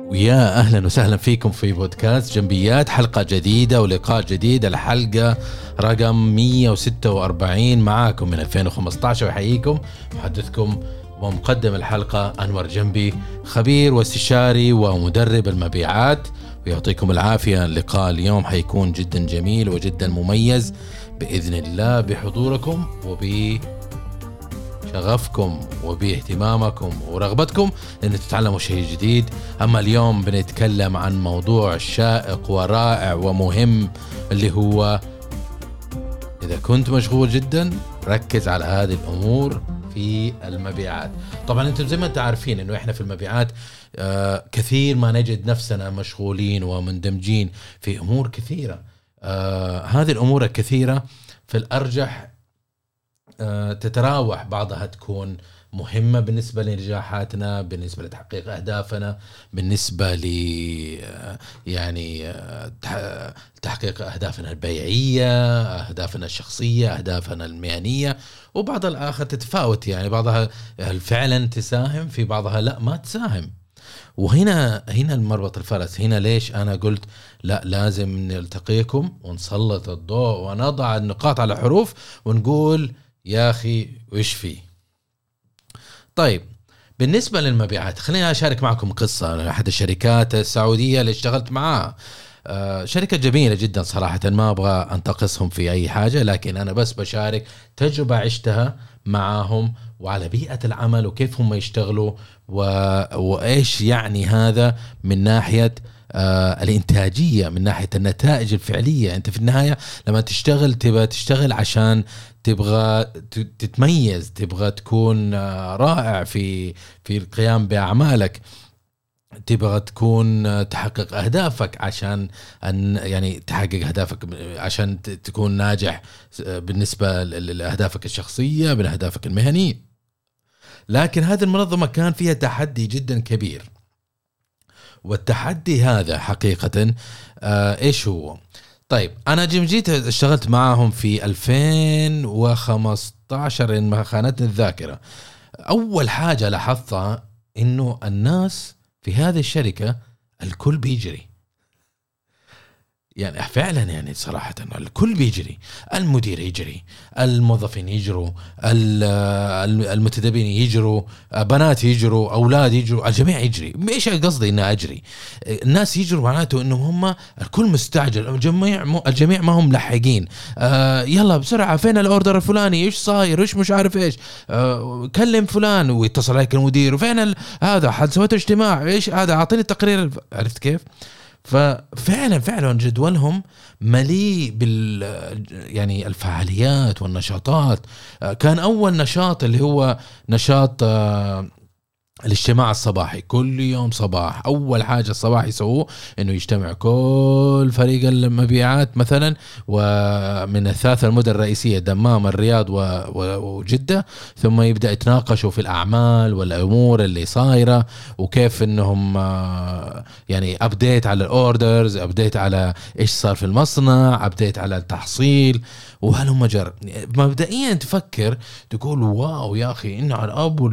ويا أهلا وسهلا فيكم في بودكاست جنبيات، حلقة جديدة ولقاء جديد. الحلقة رقم 146 معاكم من 2015. ويحييكم محدثكم ومقدم الحلقة أنور جنبي، خبير واستشاري ومدرب المبيعات، ويعطيكم العافية. اللقاء اليوم حيكون جدا جميل وجدا مميز بإذن الله، بحضوركم شغفكم وباهتمامكم ورغبتكم أن تتعلموا شيء جديد. أما اليوم بنتكلم عن موضوع شائق ورائع ومهم، اللي هو إذا كنت مشغول جدا ركز على هذه الأمور في المبيعات. طبعا أنتم زي ما أنتم عارفين أنه إحنا في المبيعات كثير ما نجد نفسنا مشغولين ومندمجين في أمور كثيرة. هذه الأمور الكثيرة في الأرجح تتراوح، بعضها تكون مهمة بالنسبة لنجاحاتنا، بالنسبة لتحقيق أهدافنا، بالنسبة تحقيق أهدافنا البيعية، أهدافنا الشخصية، أهدافنا المهنية. وبعض الآخر تتفاوت، يعني بعضها فعلا تساهم، في بعضها لا ما تساهم. وهنا المربط الفرس. هنا ليش أنا قلت لا، لازم نلتقيكم ونسلط الضوء ونضع النقاط على حروف ونقول يا أخي وإيش فيه. طيب، بالنسبة للمبيعات خليني أشارك معكم قصة. أحد الشركات السعودية اللي اشتغلت معها شركة جميلة جدا صراحة، ما أبغى أنتقصهم في أي حاجة، لكن أنا بس بشارك تجربة عشتها معهم وعلى بيئة العمل وكيف هم يشتغلوا وإيش يعني هذا من ناحية الإنتاجية، من ناحية النتائج الفعلية. أنت في النهاية لما تشتغل تبغى تشتغل عشان تبغى تتميز، تبغى تكون رائع في القيام بأعمالك، تبغى تكون تحقق أهدافك عشان يعني تحقق أهدافك عشان تكون ناجح بالنسبة لأهدافك الشخصية، بأهدافك المهنية. لكن هذه المنظمة كان فيها تحدي جدا كبير، والتحدي هذا حقيقة إيش هو؟ طيب، أنا جيت اشتغلت معهم في 2015 إن ما خانتني الذاكرة. أول حاجة لاحظتها إنه الناس في هذه الشركة الكل بيجري، يعني فعلا، يعني صراحة الكل بيجري. المدير يجري، الموظفين يجروا، المتدربين يجروا، بنات يجروا، أولاد يجروا، الجميع يجري. إيش قصدي إنه أجري؟ الناس يجروا معناته إنهم هم الكل مستعجل، الجميع ما هم لحقين. يلا بسرعة، فين الأوردر الفلاني، إيش صاير، إيش مش عارف إيش، كلم فلان ويتصل عليك المدير، وفين هذا حد سويته اجتماع، إيش هذا، أعطيني التقرير. عرفت كيف؟ ففعلا جدولهم مليء يعني الفعاليات والنشاطات. كان أول نشاط اللي هو نشاط الاجتماع الصباحي. كل يوم صباح أول حاجة الصباح يسووه إنه يجتمع كل فريق المبيعات مثلا، ومن الثلاث المدن الرئيسية دمام، الرياض وجدة، ثم يبدأ يتناقشوا في الأعمال والأمور اللي صايرة، وكيف إنهم يعني أبديت على الأوردرز، أبديت على إيش صار في المصنع، أبديت على التحصيل، وهلهم جر. مبدئيا تفكر تقول واو يا أخي، إنه على أبو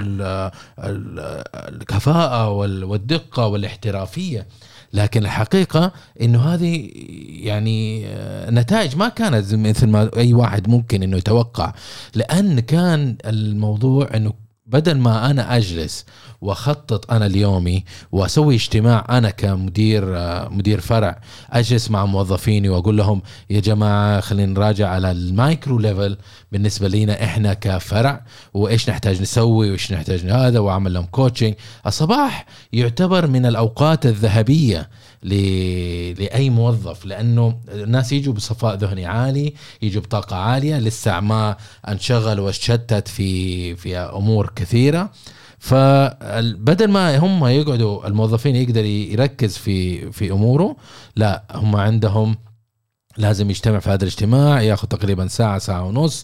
الكفاءة والدقة والاحترافية. لكن الحقيقة إنه هذه يعني نتائج ما كانت مثل ما أي واحد ممكن إنه يتوقع، لأن كان الموضوع إنه بدل ما أنا أجلس وخطط أنا اليومي وأسوي اجتماع أنا مدير فرع، أجلس مع موظفيني وأقول لهم يا جماعة خلينا نراجع على المايكرو ليفل بالنسبة لنا إحنا كفرع، وإيش نحتاج نسوي وإيش نحتاج هذا، وأعمل لهم كوتشنج. الصباح يعتبر من الأوقات الذهبية لأي موظف، لأنه الناس يجوا بصفاء ذهني عالي، يجوا بطاقة عالية، لسه ما انشغل واشتت في أمور كثيرة. فبدل ما هم يقعدوا الموظفين يقدر يركز في أموره، لا، هم عندهم لازم يجتمع في هذا الاجتماع، ياخذ تقريبا ساعة ونص،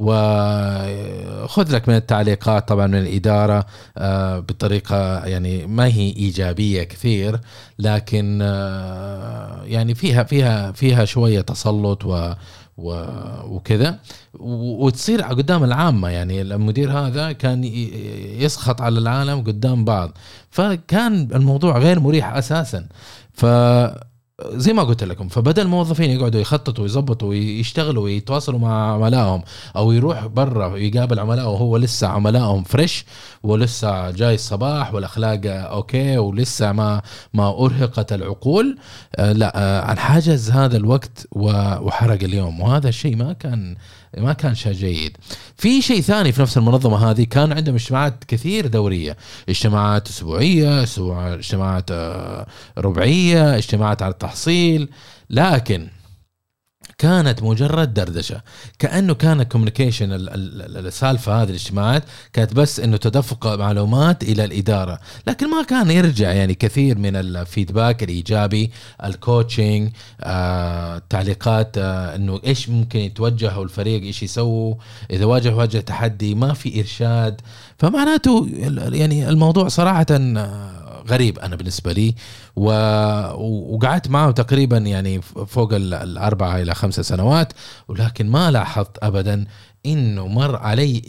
وخذ لك من التعليقات طبعا من الإدارة بطريقة يعني ما هي إيجابية كثير، لكن يعني فيها شوية تسلط وكذا، وتصير قدام العامة. يعني المدير هذا كان يسخط على العالم قدام بعض، فكان الموضوع غير مريح أساسا. زي ما قلت لكم، فبدل الموظفين يقعدوا يخططوا ويظبطوا ويشتغلوا ويتواصلوا مع عملائهم، او يروح برا يقابل عملائه وهو لسه عملائهم فريش ولسه جاي الصباح والاخلاق اوكي ولسه ما ارهقت العقول، لا، انحجز هذا الوقت وحرق اليوم. وهذا الشيء ما كان شيء جيد. في شيء ثاني في نفس المنظمة هذه، كان عندهم اجتماعات كثير دورية، اجتماعات أسبوعية، اجتماعات ربعية، اجتماعات على التحصيل، لكن كانت مجرد دردشة. كأنه كان كوميونيكيشن، السالفة هذه الاجتماعات كانت بس انه تدفق معلومات الى الادارة، لكن ما كان يرجع يعني كثير من الفيدباك الايجابي، الكوتشنج، التعليقات، انه ايش ممكن يتوجهوا الفريق، ايش يسووا اذا واجه تحدي. ما في ارشاد. فمعناته يعني الموضوع صراحة غريب أنا بالنسبة لي. وقعدت معه تقريبا يعني فوق 4 إلى 5 سنوات، ولكن ما لاحظت أبدا إنه مر علي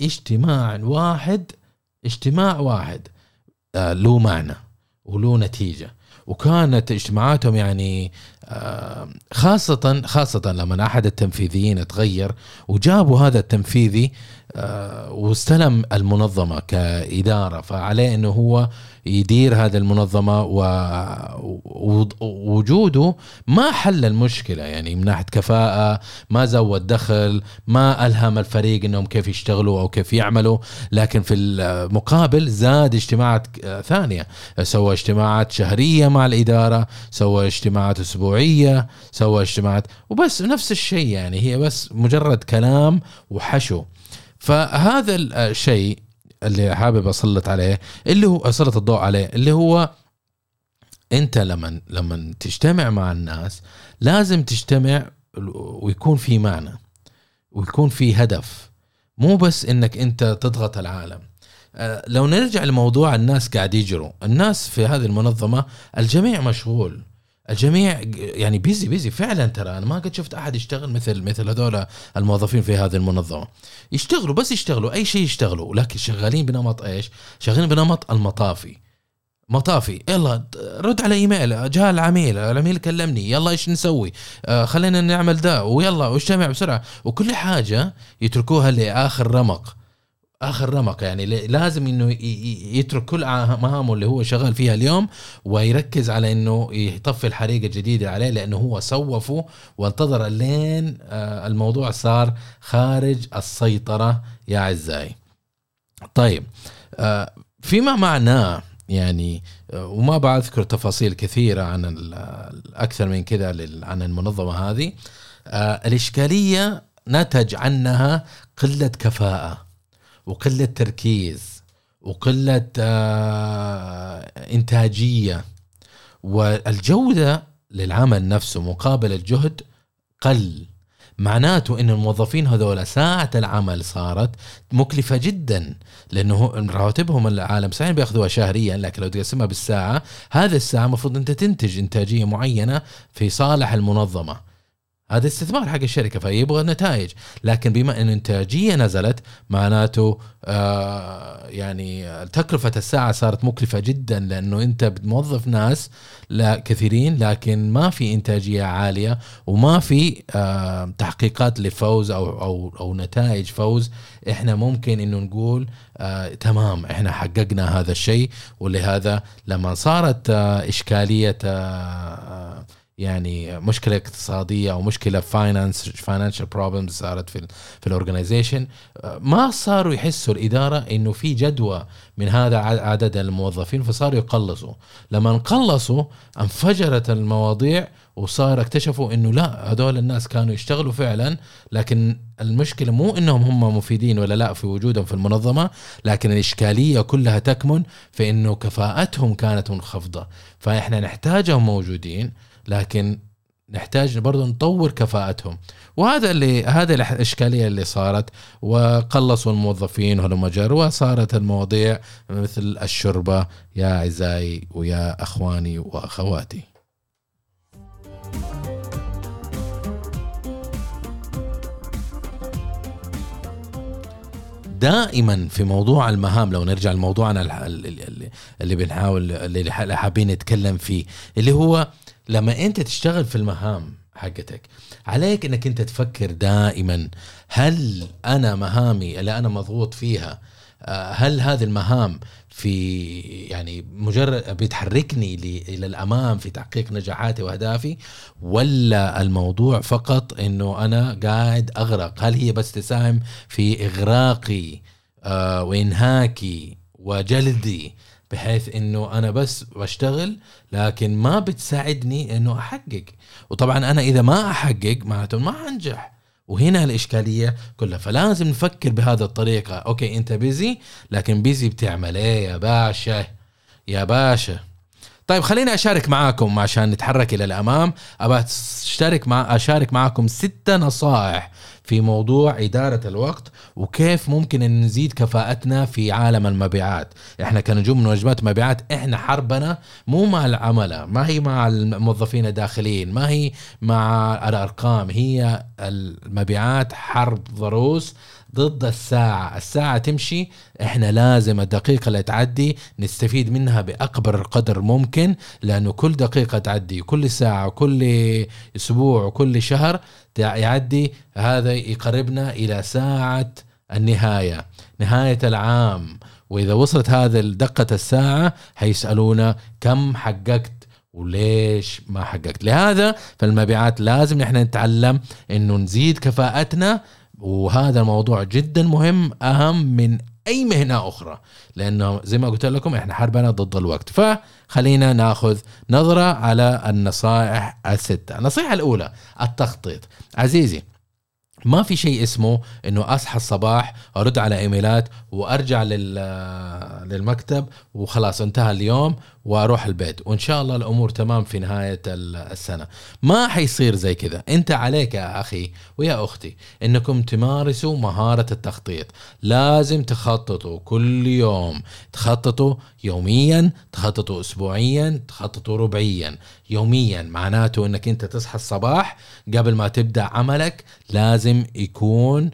اجتماع واحد له معنى وله نتيجة. وكانت اجتماعاتهم يعني خاصة لما أحد التنفيذيين تغير وجابوا هذا التنفيذي واستلم المنظمة كإدارة، فعليه أنه هو يدير هذه المنظمة، ووجوده ما حل المشكلة. يعني من ناحية كفاءة ما زود دخل، ما ألهم الفريق أنهم كيف يشتغلوا أو كيف يعملوا، لكن في المقابل زاد اجتماعات ثانية، سوى اجتماعات شهرية مع الإدارة، سوى اجتماعات أسبوعية، سوى اجتماعات، وبس نفس الشيء. يعني هي بس مجرد كلام وحشو. فهذا الشيء اللي حابب أسلط عليه، اللي هو أسلط الضوء عليه، اللي هو أنت لما تجتمع مع الناس لازم تجتمع ويكون في معنى ويكون في هدف، مو بس إنك أنت تضغط العالم. لو نرجع لموضوع الناس قاعد يجروا، الناس في هذه المنظمة الجميع مشغول، الجميع يعني بيزي فعلا. ترى أنا ما قد شفت أحد يشتغل مثل هذول الموظفين في هذه المنظمة. يشتغلوا أي شيء يشتغلوا، لكن شغالين بنمط إيش؟ شغالين بنمط مطافي. يلا رد على إيميل، جاء العميل كلمني، يلا إيش نسوي، خلينا نعمل ده، ويلا واجتمع بسرعة، وكل حاجة يتركوها لآخر رمق. يعني لازم انه يترك كل مهامه اللي هو شغال فيها اليوم ويركز على انه يطفي الحريقة الجديدة عليه، لانه هو سوفه وانتظر لين الموضوع صار خارج السيطرة يا عزائي. طيب، فيما معناه يعني، وما بذكر تفاصيل كثيرة عن أكثر من كذا عن المنظمة هذه، الإشكالية نتج عنها قلة كفاءة وقلة تركيز وقلة إنتاجية، والجودة للعمل نفسه مقابل الجهد قل. معناته إن الموظفين هذول ساعة العمل صارت مكلفة جدا، لأنه رواتبهم العالم صحيح بيأخذوها شهريا، لكن لو تقسمها بالساعة، هذا الساعة مفروض أنت تنتج إنتاجية معينة في صالح المنظمة. هذا استثمار حق الشركة فيبغى نتائج، لكن بما أن إنتاجية نزلت معناته يعني تكلفة الساعة صارت مكلفة جدا، لأنه أنت بتوظف ناس كثيرين لكن ما في إنتاجية عالية وما في تحقيقات لفوز أو نتائج فوز. إحنا ممكن إنه نقول تمام إحنا حققنا هذا الشيء. ولهذا لما صارت إشكالية يعني مشكلة اقتصادية أو مشكلة financial problems صارت في الأورجانيزيشن، ما صاروا يحسوا الإدارة إنه في جدوى من هذا عدد الموظفين، فصاروا يقلصوا. لما نقلصوا انفجرت المواضيع، وصار اكتشفوا إنه لا، هذول الناس كانوا يشتغلوا فعلا، لكن المشكلة مو إنهم هم مفيدين ولا لا في وجودهم في المنظمة، لكن الإشكالية كلها تكمن في إنه كفاءتهم كانت منخفضة. فإحنا نحتاجهم موجودين، لكن نحتاج برضو نطور كفاءتهم. وهذا هذه الإشكالية اللي صارت، وقلصوا الموظفين هلما جر، وصارت المواضيع مثل الشربة يا أعزائي ويا أخواني وأخواتي. دائما في موضوع المهام، لو نرجع لموضوعنا اللي بنحاول اللي حابين نتكلم فيه، اللي هو لما انت تشتغل في المهام حقتك عليك انك انت تفكر دائما هل انا مهامي اللي انا مضغوط فيها هل هذه المهام في يعني مجرد بتحركني الى الامام في تحقيق نجاحاتي واهدافي، ولا الموضوع فقط انه انا قاعد اغرق؟ هل هي بس تساهم في اغراقي وانهاكي وجلدي بحيث انه انا بس بشتغل لكن ما بتساعدني انه احقق؟ وطبعا انا اذا ما احقق معناته ما انجح، وهنا الإشكالية كلها. فلازم نفكر بهذا الطريقة. أوكي أنت بيزي، لكن بيزي بتعمل إيه يا باشا؟ يا باشا طيب خليني أشارك معاكم عشان نتحرك إلى الأمام. أشارك معاكم 6 نصائح في موضوع إدارة الوقت وكيف ممكن أن نزيد كفاءتنا في عالم المبيعات. إحنا كنجوم من واجبات مبيعات، إحنا حربنا مو مع العملاء، ما هي مع الموظفين الداخلين، ما هي مع الأرقام، هي المبيعات حرب ضروس ضد الساعة تمشي. احنا لازم الدقيقة اللي تعدي نستفيد منها بأكبر قدر ممكن، لأنه كل دقيقة تعدي، كل ساعة، كل أسبوع، وكل شهر يعدي، هذا يقربنا إلى ساعة النهاية، نهاية العام. وإذا وصلت هذا دقة الساعة هيسألونا كم حققت وليش ما حققت. لهذا فالمبيعات لازم نحن نتعلم إنه نزيد كفاءتنا، وهذا الموضوع جدا مهم، أهم من أي مهنة أخرى، لأنه زي ما قلت لكم إحنا حربنا ضد الوقت. فخلينا ناخذ نظرة على النصائح 6. النصيحة الأولى التخطيط. عزيزي، ما في شيء اسمه انه اصحى الصباح ارد على ايميلات وارجع للمكتب وخلاص انتهى اليوم واروح البيت وان شاء الله الامور تمام في نهاية السنة. ما حيصير زي كذا. انت عليك يا اخي ويا اختي انكم تمارسوا مهارة التخطيط. لازم تخططوا كل يوم، تخططوا يوميا، تخططوا اسبوعيا، تخططوا ربعيا. يوميا معناته انك انت تصحى الصباح قبل ما تبدأ عملك لازم يكون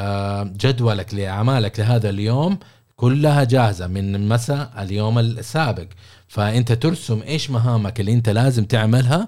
جدولك لأعمالك لهذا اليوم كلها جاهزة من مساء اليوم السابق. فأنت ترسم إيش مهامك اللي أنت لازم تعملها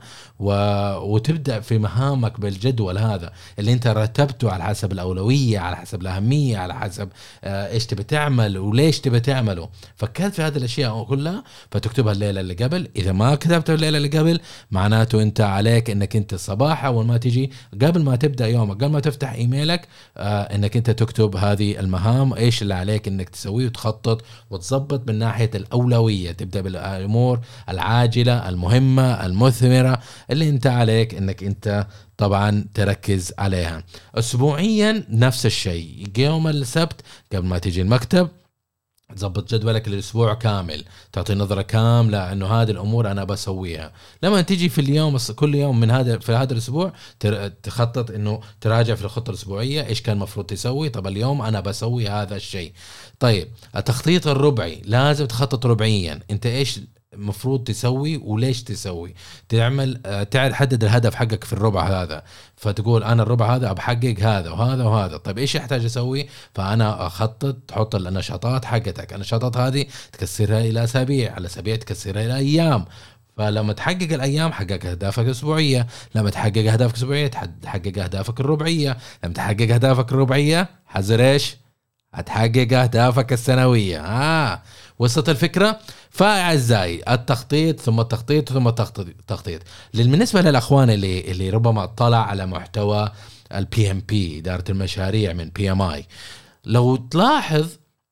وتبدأ في مهامك بالجدول هذا اللي أنت رتبته على حسب الأولوية، على حسب الأهمية، على حسب إيش تبي تعمل وليش تبي تعمله. فكرت في هذه الأشياء كلها فتكتبها الليلة اللي قبل. إذا ما كتبتها الليلة اللي قبل معناته أنت عليك أنك أنت الصباح أول ما تيجي قبل ما تبدأ يومك، قبل ما تفتح إيميلك، أنك أنت تكتب هذه المهام إيش اللي عليك أنك تسويه وتخطط وتظبط من ناحية الأولوية. تبدأ بالأمور العاجلة المهمة المثمرة اللي انت عليك انك انت طبعا تركز عليها. اسبوعيا نفس الشيء. يوم السبت قبل ما تيجي المكتب تظبط جدولك الاسبوع كامل، تعطي نظرة كاملة انه هذه الامور انا بسويها. لما تيجي في اليوم كل يوم من في هذا الاسبوع تخطط انه تراجع في الخطة الاسبوعية ايش كان مفروض تسوي. طب اليوم انا بسوي هذا الشيء. طيب التخطيط الربعي لازم تخطط ربعيا. انت ايش مفروض تسوي وليش تسوي، تعمل تحدد الهدف حقك في الربع هذا. فتقول أنا الربع هذا أبحقق هذا وهذا وهذا. طيب إيش يحتاج أسوي؟ فأنا أخطط، تحط النشاطات حقتك، النشاطات هذه تكسرها إلى أسابيع، على أسابيع تكسرها إلى أيام. فلما تحقق الأيام حقق أهدافك الأسبوعية، لما تحقق أهدافك الأسبوعية تحقق أهدافك الربعية، لما تحقق أهدافك الربعية حذر إيش؟ هتحقق أهدافك السنوية. وصلت الفكرة؟ فأعزائي التخطيط ثم التخطيط ثم التخطيط. بالنسبة للأخوان اللي ربما اطلع على محتوى PMP إدارة المشاريع من PMI، لو تلاحظ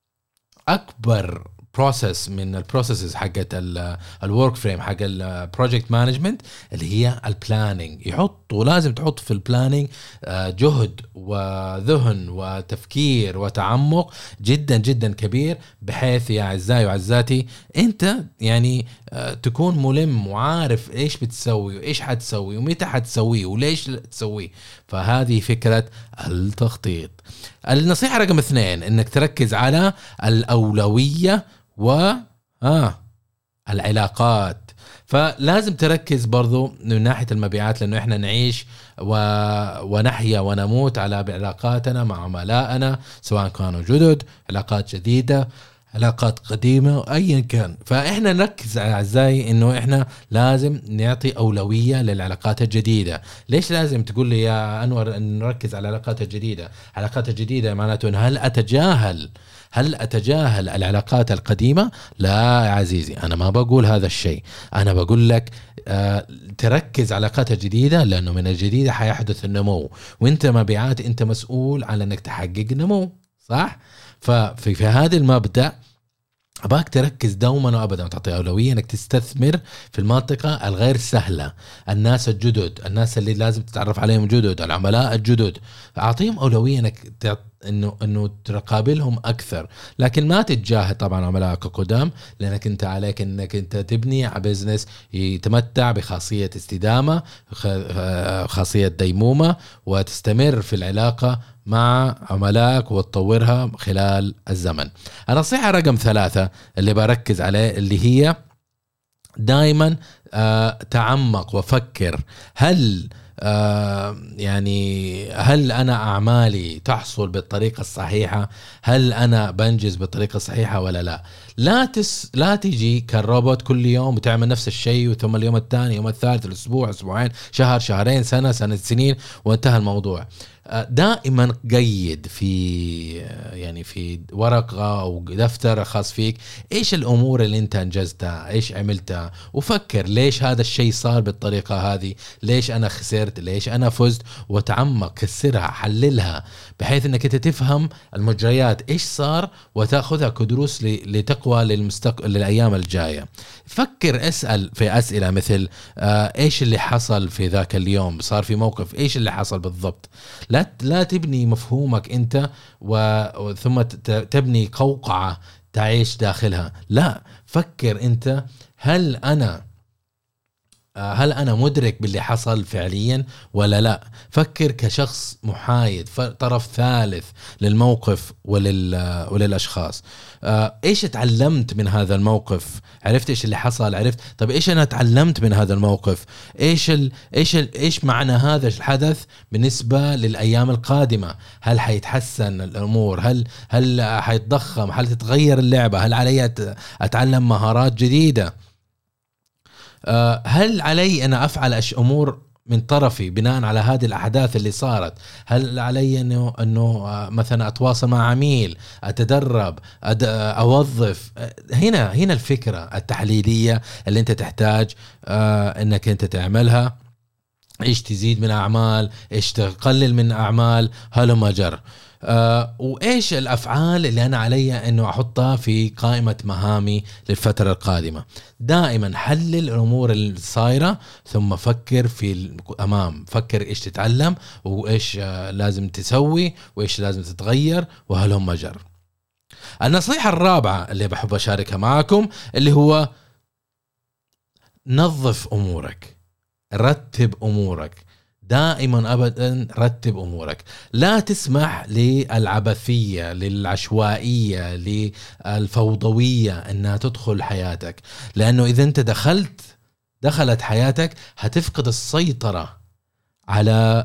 أكبر بروسيس من البروسيسز حقت الورك فريم حق البروجكت مانجمنت اللي هي البلاننج. لازم تحط في البلاننج جهد وذهن وتفكير وتعمق جدا جدا كبير، بحيث يا اعزائي وعزاتي انت يعني تكون ملم وعارف ايش بتسوي وايش حتسوي ومتى حتسويه وليش تسويه. فهذه فكرة التخطيط. النصيحة رقم 2 انك تركز على الأولوية العلاقات. فلازم تركز برضو من ناحية المبيعات، لأنه إحنا نعيش ونحيا ونموت على علاقاتنا مع عملائنا، سواء كانوا جدد، علاقات جديدة، علاقات قديمة، أيا كان. فإحنا نركز أعزائي إنه إحنا لازم نعطي أولوية للعلاقات الجديدة. ليش لازم تقول لي يا أنور أن نركز على العلاقات الجديدة؟ علاقات الجديدة معناته إن هل أتجاهل العلاقات القديمة؟ لا يا عزيزي، أنا ما بقول هذا الشيء. أنا بقول لك تركز على علاقات جديدة، لأنه من الجديدة حيحدث النمو، وإنت مبيعات أنت مسؤول على أنك تحقق نمو، صح؟ ففي هذا المبدأ أباك تركز دوما وأبدا وتعطي أولوية أنك تستثمر في المنطقة الغير سهلة، الناس الجدد، الناس اللي لازم تتعرف عليهم جدد، العملاء الجدد، أعطيهم أولوية أنك إنه تقابلهم أكثر. لكن ما تتجاهل طبعا عملائك القدام، لأنك أنت عليك أنك أنت تبني بزنس يتمتع بخاصية استدامة، خاصية ديمومة، وتستمر في العلاقة مع عملائك وتطورها خلال الزمن. النصيحة رقم 3 اللي بركز عليه اللي هي دائما تعمق وفكر، هل هل أنا أعمالي تحصل بالطريقة الصحيحة؟ هل أنا بنجز بالطريقة الصحيحة ولا لا؟ لا تيجي كالروبوت كل يوم وتعمل نفس الشيء، ثم اليوم الثاني، يوم الثالث، الأسبوع، أسبوعين، شهر، شهرين، سنة، سنين، وانتهى الموضوع. دائما قيد في ورقة أو دفتر خاص فيك إيش الأمور اللي أنت أنجزتها، إيش عملتها، وفكر ليش هذا الشيء صار بالطريقة هذه، ليش أنا خسرت، ليش أنا فزت، وتعمق، كسرها، حللها، بحيث أنك أنت تفهم المجريات إيش صار وتأخذها كدروس لتقوى للأيام الجاية. فكر، اسأل في أسئلة مثل إيش اللي حصل في ذاك اليوم، صار في موقف، إيش اللي حصل بالضبط. لا تبني مفهومك أنت ثم تبني قوقعة تعيش داخلها. لا، فكر أنت، هل أنا مدرك باللي حصل فعليا ولا لا؟ فكر كشخص محايد، طرف ثالث للموقف وللأشخاص. إيش اتعلمت من هذا الموقف؟ عرفت إيش اللي حصل؟ عرفت طب إيش أنا اتعلمت من هذا الموقف؟ إيش معنى هذا الحدث بالنسبة للأيام القادمة؟ هل حيتحسن الأمور؟ هل حيتضخم؟ هل تتغير اللعبة؟ هل علي أتعلم مهارات جديدة؟ هل علي أنا أفعل أمور من طرفي بناء على هذه الأحداث اللي صارت؟ هل علي أنه مثلا أتواصل مع عميل، أتدرب، أوظف؟ هنا الفكرة التحليلية اللي أنت تحتاج أنك أنت تعملها. إيش تزيد من أعمال، إيش تقلل من أعمال، هلما جر. وإيش الأفعال اللي أنا علي أنه أحطها في قائمة مهامي للفترة القادمة. دائما حلل الأمور الصايرة ثم فكر في الأمام، فكر إيش تتعلم وإيش لازم تسوي وإيش لازم تتغير، وهلما جر. النصيحة الرابعة اللي بحب أشاركها معكم اللي هو نظف أمورك، رتب أمورك. دائما أبدا رتب أمورك. لا تسمح للعبثية، للعشوائية، للفوضوية أنها تدخل حياتك، لأنه إذا أنت دخلت حياتك هتفقد السيطرة على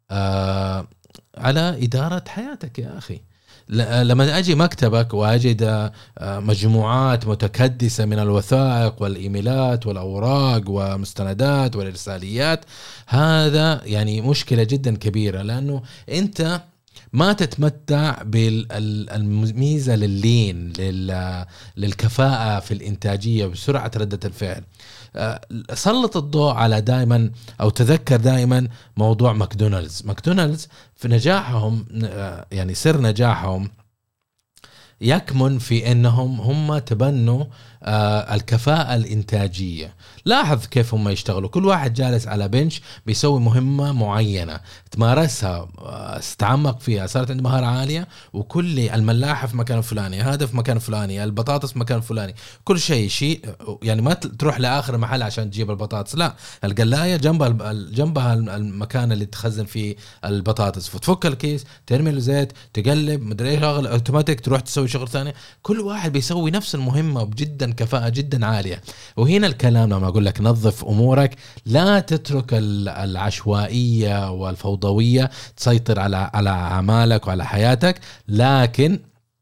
إدارة حياتك يا أخي. لما أجي مكتبك وأجد مجموعات متكدسة من الوثائق والإيميلات والأوراق ومستندات والإرساليات، هذا يعني مشكلة جدا كبيرة، لأنه أنت ما تتمتع بالميزة لللين، للكفاءة في الإنتاجية، بسرعة ردة الفعل. سلط الضوء على دائما أو تذكر دائما موضوع ماكدونالدز في نجاحهم، يعني سر نجاحهم يكمن في أنهم هم تبنوا الكفاءة الإنتاجية. لاحظ كيف هم يشتغلوا، كل واحد جالس على بنش بيسوي مهمة معينة، تمارسها، استعمق فيها، صارت عنده مهارة عالية، وكل الملاحة في مكان فلاني، هذا في مكان فلاني، البطاطس في مكان فلاني، كل شيء يعني ما تروح لآخر محل عشان تجيب البطاطس، لا، القلاية جنبها المكان اللي تخزن فيه البطاطس، فتفك الكيس، ترمي له زيت، تقلب، مدري ايش، شغل اوتوماتيك، تروح تسوي شغل ثاني. كل واحد بيسوي نفس المهمة بجدا كفاءة جدا عالية. وهنا الكلام لما أقول لك نظف أمورك، لا تترك العشوائية والفوضوية تسيطر على أعمالك وعلى حياتك، لكن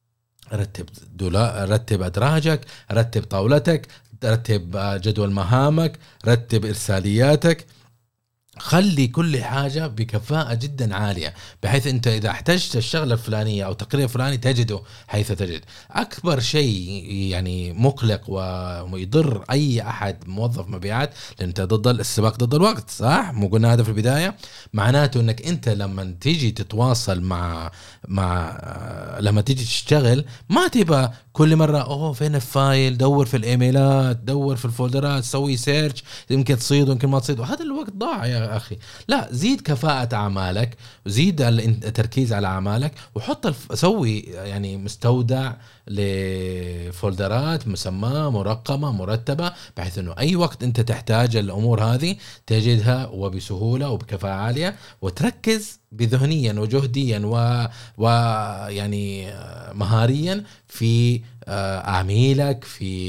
رتب أدراجك، رتب طاولتك، رتب جدول مهامك، رتب إرسالياتك، خلي كل حاجة بكفاءة جدا عالية، بحيث أنت إذا احتجت الشغلة الفلانية أو تقرير فلاني تجده حيث تجد. أكبر شيء يعني مقلق ويضر أي أحد موظف مبيعات، لأن أنت ضد السباق ضد الوقت، صح؟ مو قلنا هذا في البداية؟ معناته أنك أنت لما تيجي تتواصل لما تيجي تشتغل، ما تبقى كل مرة فين الفايل، دور في الإيميلات، دور في الفولدرات، سوي سيرش، يمكن تصيد ويمكن ما تصيد، وهذا الوقت ضاع يا أخي. لا، زيد كفاءة أعمالك، وزيد التركيز على أعمالك، وحط سوي يعني مستودع لفولدرات مسمى مرقمة مرتبة، بحيث أنه أي وقت أنت تحتاج الأمور هذه تجدها وبسهولة وبكفاءة عالية، وتركز بذهنيا وجهديا ويعني مهاريا في عميلك،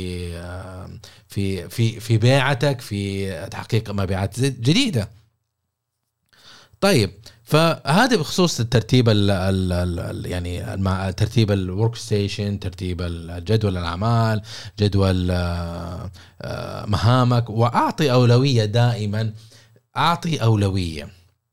في بيعتك، في تحقيق مبيعات جديدة. طيب، فهذا بخصوص الترتيب يعني ترتيب الورك ستيشن، ترتيب جدول الأعمال، جدول مهامك. وأعطي أولوية دائما، أعطي أولوية.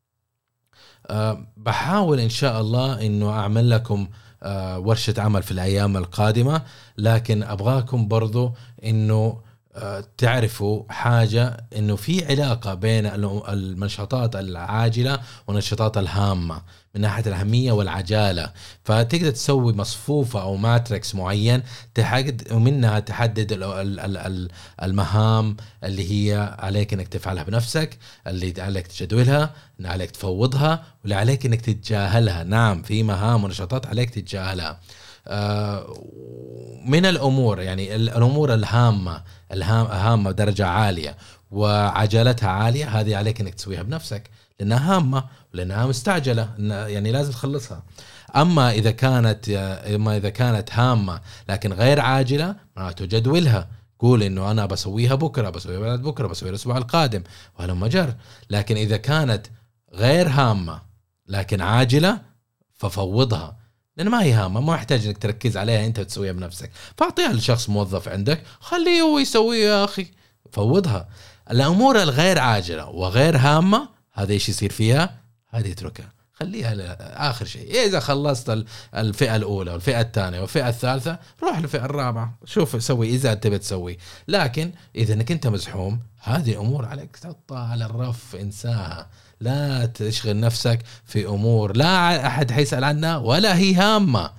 بحاول إن شاء الله إنه أعمل لكم ورشة عمل في الأيام القادمة، لكن أبغاكم برضو إنه تعرفوا حاجة، إنه في علاقة بين النشاطات العاجلة والنشاطات الهامة من ناحية الأهمية والعجالة. فتقدر تسوي مصفوفة أو ماتريكس معين ومنها تحدد المهام اللي هي عليك إنك تفعلها بنفسك، اللي عليك تجدولها، اللي عليك تفوضها، واللي عليك إنك تتجاهلها. نعم، في مهام ونشاطات عليك تتجاهلها. من الأمور يعني الأمور الهامة درجة عالية وعجالتها عالية، هذه عليك إنك تسويها بنفسك لأنها هامة ولأنها مستعجلة، يعني لازم تخلصها. أما إذا كانت هامة لكن غير عاجلة، معناته جدولها، قول إنه أنا بسويها بكرة، بسويها بعد بكرة، بسويها الأسبوع القادم، وهلم جر. لكن إذا كانت غير هامة لكن عاجلة، ففوضها، لأن ما هي هامة، ما يحتاج إنك تركز عليها أنت تسويها بنفسك، فأعطيها لشخص موظف عندك، خليه هو يسويها يا أخي، فوضها. الأمور الغير عاجلة وغير هامة، هذا إيش يصير فيها؟ هذه اتركها، خليها لآخر شيء. إذا خلصت الفئة الأولى والفئة الثانية والفئة الثالثة، روح للفئة الرابعة، شوف سوي إذا تبي تسوي. لكن إذا إنك أنت مزحوم، هذه أمور عليك تحطها على الرف، انساها. لا تشغل نفسك في أمور لا أحد حيسأل عنها ولا هي هامة.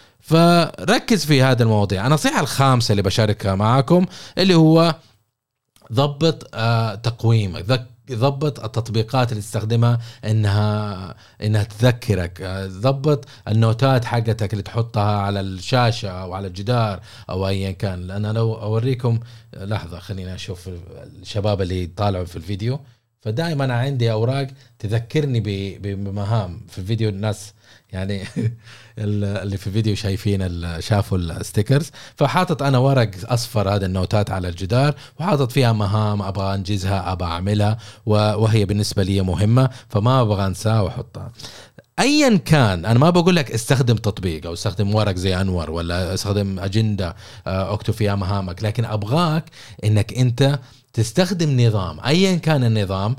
فركز في هذا المواضيع. النصيحة الخامسة اللي بشاركها معكم اللي هو ضبط تقويمك، ضبط التطبيقات اللي تستخدمها انها تذكرك، ضبط النوتات حقتك اللي تحطها على الشاشة او على الجدار او ايا كان. لان لو اوريكم لحظة، خلينا اشوف الشباب اللي يطالعوا في الفيديو، فدائما أنا عندي أوراق تذكرني بمهام في الفيديو. الناس يعني اللي في الفيديو شافوا الستيكرز، فحاطط أنا ورق أصفر هذا النوتات على الجدار، وحاطط فيها مهام أبغى أنجزها، أبغى أعملها، وهي بالنسبة لي مهمة، فما أبغى أنساها وأحطها. أيا كان، أنا ما بقول لك استخدم تطبيق أو استخدم ورق زي أنور ولا استخدم أجندة أكتب فيها مهامك، لكن أبغاك إنك أنت تستخدم نظام أيا كان النظام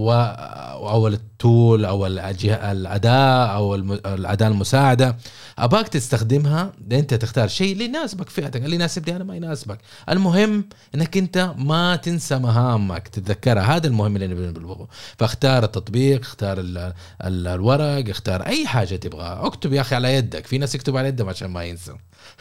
أو التول أو الأداة أو الأداة المساعدة، أباك تستخدمها. أنت تختار شيء اللي يناسبك، فئتك اللي يناسبني أنا ما يناسبك. المهم أنك أنت ما تنسى مهامك، تتذكرها، هذا المهم اللي نبغاه. فاختار التطبيق، اختار الورق، اختار أي حاجة تبغاها، اكتب يا أخي على يدك. في ناس يكتب على يدهم عشان ما ينسى.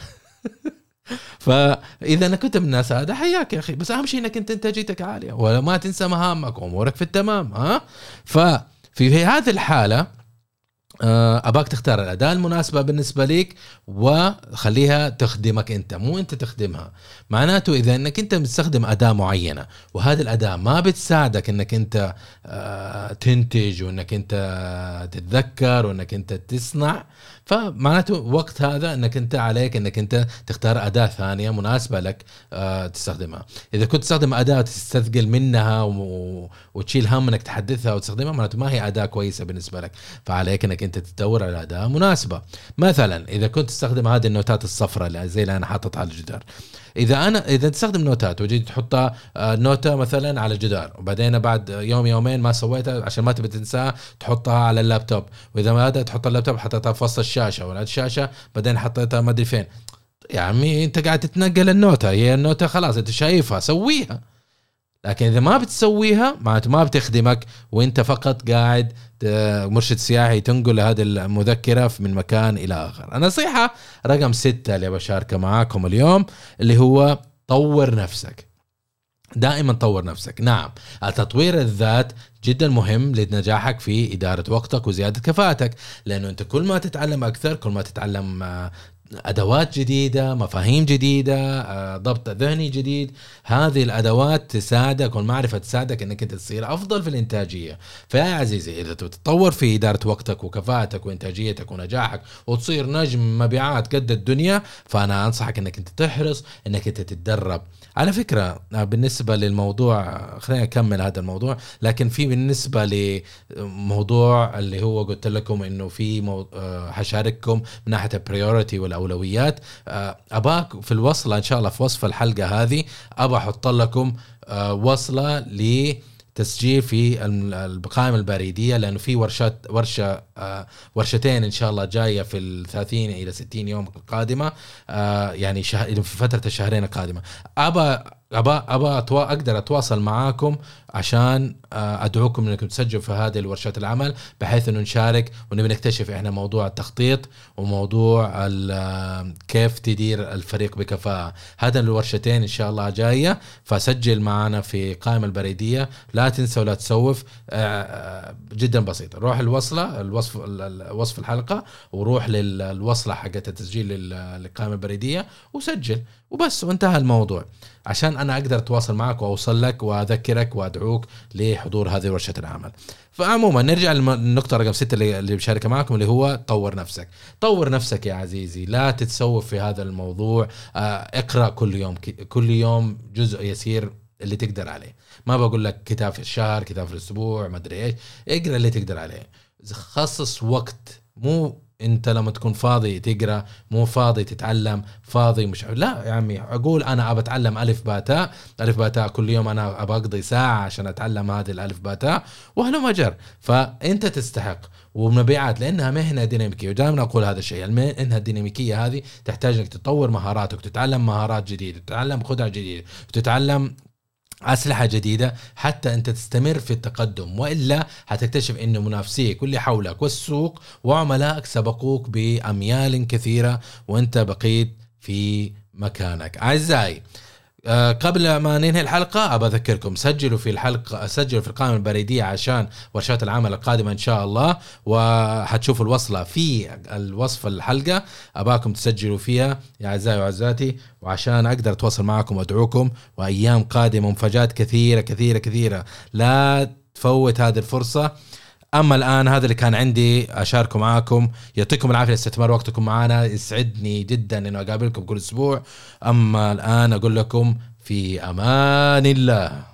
فإذا أنا كنت من الناس هذا حياك يا أخي، بس أهم شيء أنك أنت إنتاجيتك عالية ولا ما تنسى مهامك وأمورك في التمام. ففي هذه الحالة أباك تختار الأداة المناسبة بالنسبة لك وخليها تخدمك أنت، مو أنت تخدمها. معناته إذا أنك أنت بتستخدم أداة معينة وهذه الأداة ما بتساعدك أنك أنت تنتج وأنك أنت تتذكر وأنك أنت تصنع، فمعناته وقت هذا انك انت عليك انك انت تختار اداة ثانية مناسبة لك تستخدمها. اذا كنت تستخدم اداة تستثقل منها وتشيل هم انك تحدثها وتستخدمها، معناته ما هي اداة كويسة بالنسبة لك، فعليك انك انت تدور على اداة مناسبة. مثلا اذا كنت تستخدم هذه النوتات الصفراء اللي زي اللي انا حاططها على الجدار، اذا تستخدم نوتات وجيت تحطها نوتة مثلا على الجدار، وبعدين بعد يوم يومين ما سويتها عشان ما تبي تنساها تحطها على اللابتوب، واذا ما هذا تحط اللابتوب حطيتها في وسط الشاشة ولا الشاشة بعدين حطيتها ما ادري فين، يا عمي انت قاعد تتنقل النوتة، هي النوتة خلاص انت شايفها سويها. لكن اذا ما بتسويها معناته ما بتخدمك، وانت فقط قاعد مرشد سياحي تنقل هذه المذكرة من مكان الى اخر. نصيحة رقم 6 اللي بشاركها معاكم اليوم اللي هو طور نفسك. دائما طور نفسك. نعم، التطوير الذات جدا مهم لنجاحك في إدارة وقتك وزيادة كفاءتك، لأنه أنت كل ما تتعلم أكثر، كل ما تتعلم أدوات جديدة، مفاهيم جديدة، ضبط ذهني جديد، هذه الأدوات تساعدك والمعرفة تساعدك أنك أنت تصير أفضل في الإنتاجية. فيا عزيزي إذا تتطور في إدارة وقتك وكفاءتك وإنتاجيتك ونجاحك وتصير نجم مبيعات قد الدنيا، فأنا أنصحك أنك أنت تحرص أنك أنت تتدرب. على فكرة بالنسبة للموضوع، خلينا نكمل هذا الموضوع، لكن في بالنسبة لموضوع اللي هو قلت لكم إنه في حشارككم من ناحية البريوريتي والأولويات، أباك في الوصلة إن شاء الله في وصف الحلقة هذه أبا أحط لكم وصلة لتسجيل في القائمة البريدية، لأنه في ورشتين إن شاء الله جاية في 30 إلى 60 يوم القادمة، يعني في فترة الشهرين القادمة. أقدر أتواصل معاكم عشان أدعوكم أنكم تسجلوا في هذه الورشات العمل، بحيث أنه نشارك ونبي نكتشف إحنا موضوع التخطيط وموضوع كيف تدير الفريق بكفاءة. هذا الورشتين إن شاء الله جاية، فسجل معنا في قائمة البريدية. لا تنسى ولا تسوف، جدا بسيط. روح وصف الحلقة وروح للوصلة حقة التسجيل للقائمة البريدية وسجل وبس، وانتهى الموضوع، عشان أنا أقدر أتواصل معك وأوصل لك وأذكرك وأدعوك لحضور هذه ورشة العمل. فعموما نرجع للنقطة رقم 6 اللي بشاركها معكم، اللي هو طور نفسك. طور نفسك يا عزيزي، لا تتسوف في هذا الموضوع. اقرأ كل يوم جزء يسير اللي تقدر عليه. ما بقول لك كتاب في الشهر، كتاب في الأسبوع، ما أدري إيش، اقرأ اللي تقدر عليه. خصص وقت، مو انت لما تكون فاضي تقرأ، مو فاضي تتعلم، فاضي مش لا يا عمي. اقول انا ابى اتعلم الف باء تاء كل يوم، انا ابى اقضي ساعة عشان اتعلم هذه الالف باء تاء، وهلا ما جر. فانت تستحق. ومبيعات لانها مهنة ديناميكية، ودائما اقول هذا الشيء، المهنة الديناميكية هذه تحتاج انك تطور مهاراتك، تتعلم مهارات جديدة، تتعلم خدع جديدة، وتتعلم أسلحة جديدة حتى أنت تستمر في التقدم، وإلا هتكتشف أن منافسيك واللي حولك والسوق وعملائك سبقوك بأميال كثيرة وأنت بقيت في مكانك. أعزائي، قبل ما ننهي الحلقة أبى أذكركم سجلوا في القائمة البريدية عشان ورشات العمل القادمة إن شاء الله، وحتشوفوا الوصلة في الوصف الحلقة، أباكم تسجلوا فيها يا أعزائي وعزاتي، وعشان أقدر أتواصل معكم وأدعوكم. وأيام قادمة مفاجآت كثيرة كثيرة كثيرة، لا تفوت هذه الفرصة. أما الآن هذا اللي كان عندي أشاركه معاكم. يعطيكم العافية استثمار وقتكم معنا، يسعدني جدا إنه أقابلكم كل أسبوع. أما الآن أقول لكم في أمان الله.